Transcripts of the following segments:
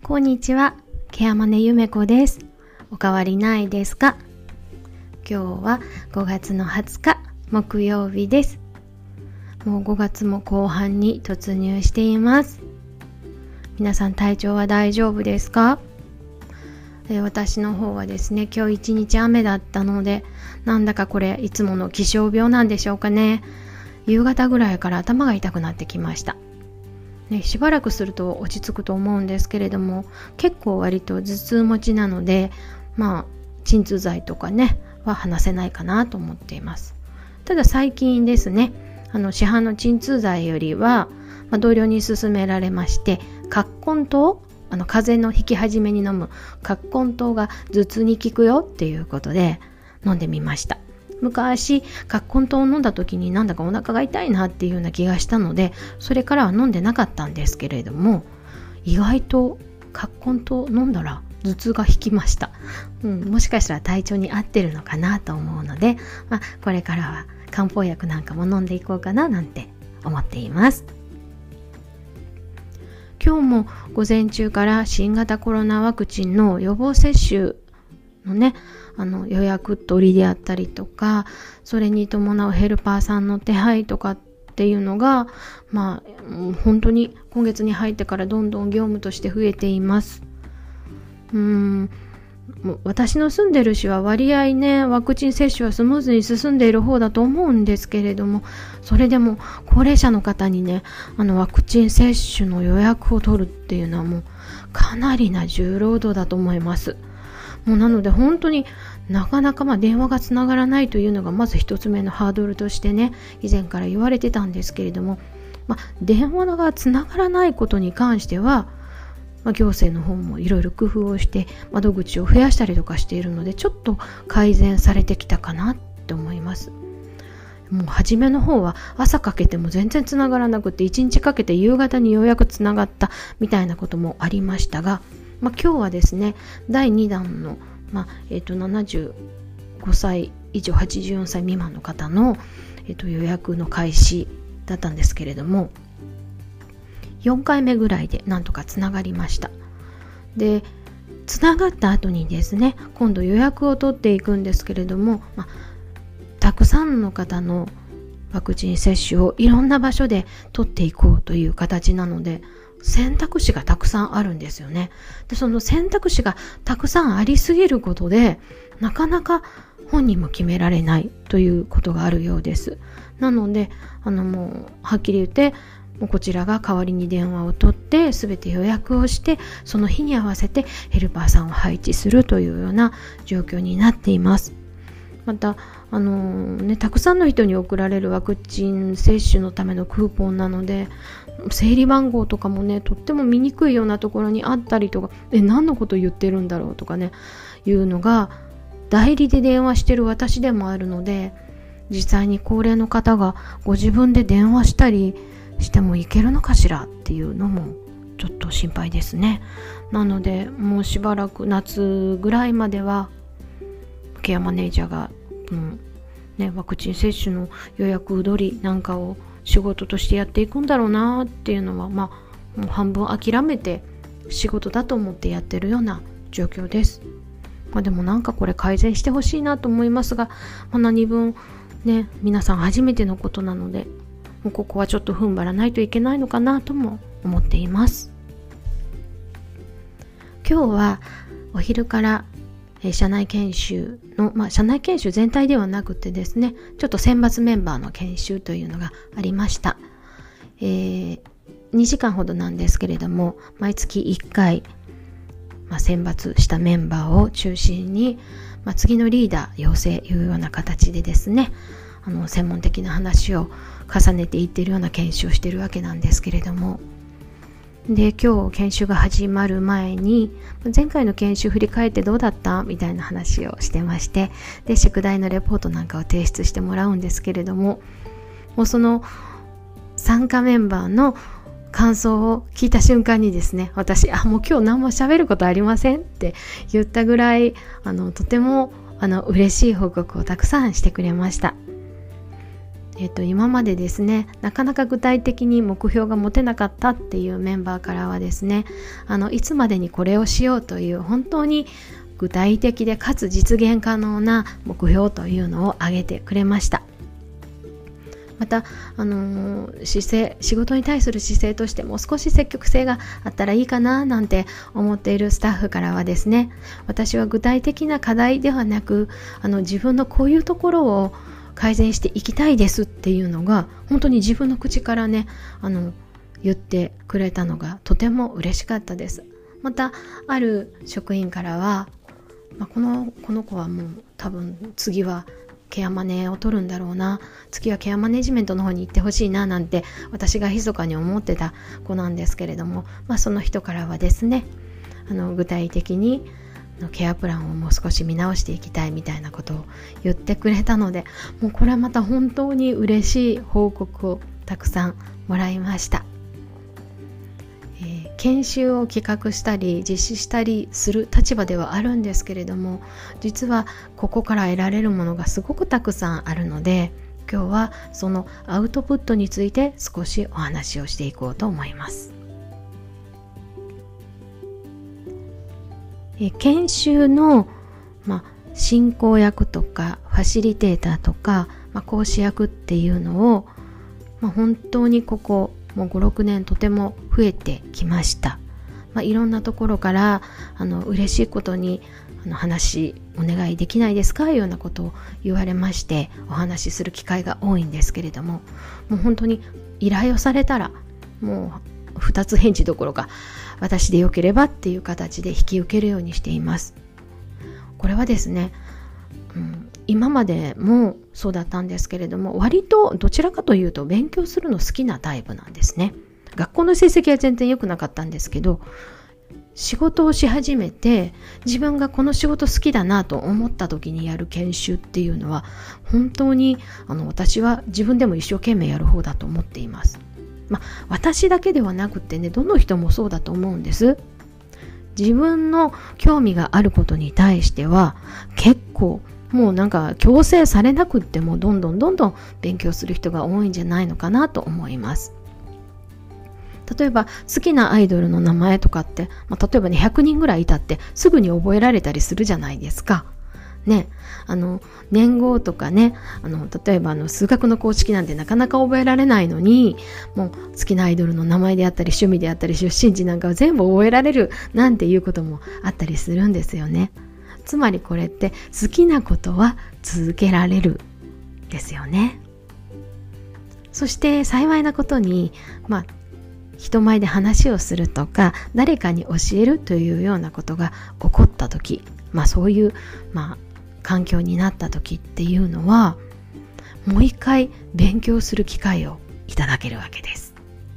こんにちは、ケアマネゆめこです。おかわりないですか？今日は5月の20日木曜日です。もう5月も後半に突入しています。皆さん体調は大丈夫ですか？私の方はですね、今日一日雨だったので、なんだかこれいつもの気象病なんでしょうかね。夕方ぐらいから頭が痛くなってきました。しばらくすると落ち着くと思うんですけれども、結構割と頭痛持ちなので、鎮痛剤とかねは話せないかなと思っています。ただ最近ですね、市販の鎮痛剤よりは、同僚に勧められまして、葛根湯、風邪のひき始めに飲む葛根湯が頭痛に効くよっていうことで飲んでみました。昔葛根湯を飲んだ時になんだかお腹が痛いなっていうような気がしたので、それからは飲んでなかったんですけれども、意外と葛根湯飲んだら頭痛が引きました。もしかしたら体調に合ってるのかなと思うので、これからは漢方薬なんかも飲んでいこうかななんて思っています。今日も午前中から新型コロナワクチンの予防接種のね、予約取りであったりとか、それに伴うヘルパーさんの手配とかっていうのが、本当に今月に入ってからどんどん業務として増えています。私の住んでる市は割合ね、ワクチン接種はスムーズに進んでいる方だと思うんですけれども、それでも高齢者の方にね、ワクチン接種の予約を取るっていうのはもうかなりな重労働だと思います。なので本当になかなか電話がつながらないというのがまず一つ目のハードルとしてね、以前から言われてたんですけれども、電話がつながらないことに関しては、行政の方もいろいろ工夫をして窓口を増やしたりとかしているので、ちょっと改善されてきたかなって思います。もう初めの方は朝かけても全然つながらなくて、1日かけて夕方にようやくつながったみたいなこともありましたが、今日はですね、第2弾の、75歳以上84歳未満の方の、予約の開始だったんですけれども、4回目ぐらいでなんとかつながりました。で、つながった後にですね、今度予約を取っていくんですけれども、たくさんの方のワクチン接種をいろんな場所で取っていこうという形なので、選択肢がたくさんあるんですよね。で、その選択肢がたくさんありすぎることで、なかなか本人も決められないということがあるようです。なので、もうはっきり言って、もうこちらが代わりに電話を取って全て予約をして、その日に合わせてヘルパーさんを配置するというような状況になっています。またたくさんの人に送られるワクチン接種のためのクーポンなので、整理番号とかもね、とっても見にくいようなところにあったりとか、何のこと言ってるんだろうとかね、いうのが代理で電話してる私でもあるので、実際に高齢の方がご自分で電話したりしてもいけるのかしらっていうのもちょっと心配ですね。なのでもうしばらく夏ぐらいまではケアマネージャーが、ワクチン接種の予約取りなんかを仕事としてやっていくんだろうなっていうのは、もう半分諦めて仕事だと思ってやってるような状況です。でもなんかこれ改善してほしいなと思いますが、何分ね、皆さん初めてのことなので、もうここはちょっと踏ん張らないといけないのかなとも思っています。今日はお昼から社内研修の、社内研修全体ではなくてですね、ちょっと選抜メンバーの研修というのがありました。2時間ほどなんですけれども、毎月1回、選抜したメンバーを中心に、次のリーダー養成いうような形でですね、専門的な話を重ねていっているような研修をしているわけなんですけれども、で、今日研修が始まる前に前回の研修振り返ってどうだったみたいな話をしてまして、で、宿題のレポートなんかを提出してもらうんですけれども、もうその参加メンバーの感想を聞いた瞬間にですね、私もう今日何も喋ることありませんって言ったぐらい、とても嬉しい報告をたくさんしてくれました。 今までですね、なかなか具体的に目標が持てなかったっていうメンバーからはですね、いつまでにこれをしようという本当に具体的でかつ実現可能な目標というのを挙げてくれました。また、仕事に対する姿勢としても少し積極性があったらいいかななんて思っているスタッフからはですね、私は具体的な課題ではなく、自分のこういうところを改善していきたいですっていうのが本当に自分の口からね、言ってくれたのがとても嬉しかったです。またある職員からは、この子はもう多分次はケアマネを取るんだろうな、次はケアマネジメントの方に行ってほしいななんて私が密かに思ってた子なんですけれども、その人からはですね、具体的にケアプランをもう少し見直していきたいみたいなことを言ってくれたので、もうこれはまた本当に嬉しい報告をたくさんもらいました。研修を企画したり実施したりする立場ではあるんですけれども、実はここから得られるものがすごくたくさんあるので、今日はそのアウトプットについて少しお話をしていこうと思います。研修の、進行役とかファシリテーターとか、講師役っていうのを、本当にここもう 5,6 年とても増えてきました。いろんなところから嬉しいことに話お願いできないですかいうようなことを言われまして、お話しする機会が多いんですけれども、もう本当に依頼をされたらもう2つ返事どころか私でよければっていう形で引き受けるようにしています。これはですね、今までもそうだったんですけれども、割とどちらかというと勉強するの好きなタイプなんですね。学校の成績は全然良くなかったんですけど、仕事をし始めて自分がこの仕事好きだなと思った時にやる研修っていうのは本当に私は自分でも一生懸命やる方だと思っています。私だけではなくてね、どの人もそうだと思うんです。自分の興味があることに対しては結構もう強制されなくってもどんどん勉強する人が多いんじゃないのかなと思います。例えば好きなアイドルの名前とかって、例えばね100人ぐらいいたってすぐに覚えられたりするじゃないですか。ね、年号とかね、例えば数学の公式なんてなかなか覚えられないのに、もう好きなアイドルの名前であったり趣味であったり出身地なんかを全部覚えられるなんていうこともあったりするんですよね。つまりこれって好きなことは続けられるですよね。そして幸いなことに、人前で話をするとか誰かに教えるというようなことが起こった時、そういう、環境になった時っていうのはもう一回勉強する機会をいただけるわけです。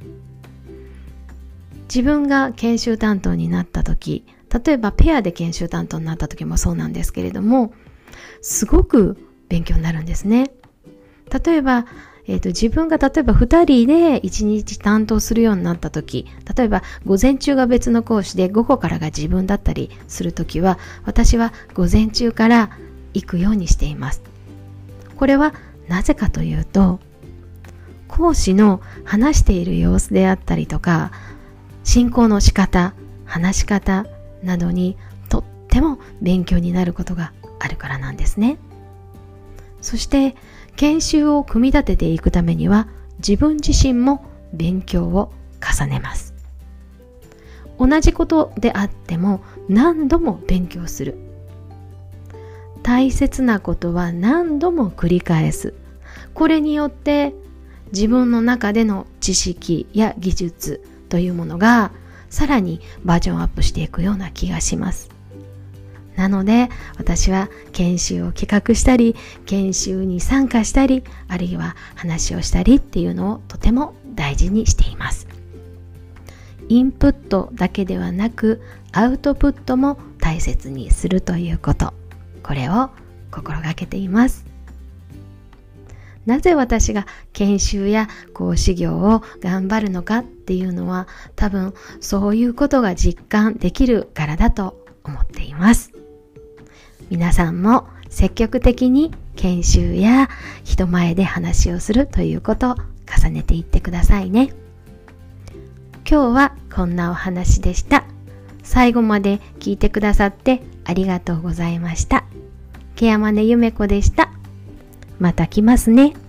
自分が研修担当になった時、例えばペアで研修担当になった時もそうなんですけれども、すごく勉強になるんですね。例えば自分が例えば2人で1日担当するようになった時、例えば午前中が別の講師で午後からが自分だったりする時は、私は午前中から行くようにしています。これはなぜかというと、講師の話している様子であったりとか進行の仕方、話し方などにとっても勉強になることがあるからなんですね。そして研修を組み立てていくためには自分自身も勉強を重ねます。同じことであっても何度も勉強する。大切なことは何度も繰り返す。これによって自分の中での知識や技術というものがさらにバージョンアップしていくような気がします。なので私は研修を企画したり、研修に参加したり、あるいは話をしたりっていうのをとても大事にしています。インプットだけではなくアウトプットも大切にするということ、これを心がけています。なぜ私が研修や講師業を頑張るのかっていうのは、多分そういうことが実感できるからだと思っています。皆さんも積極的に研修や人前で話をするということを重ねていってくださいね。今日はこんなお話でした。最後まで聞いてくださってありがとうございました。ケヤマネゆめこでした。また来ますね。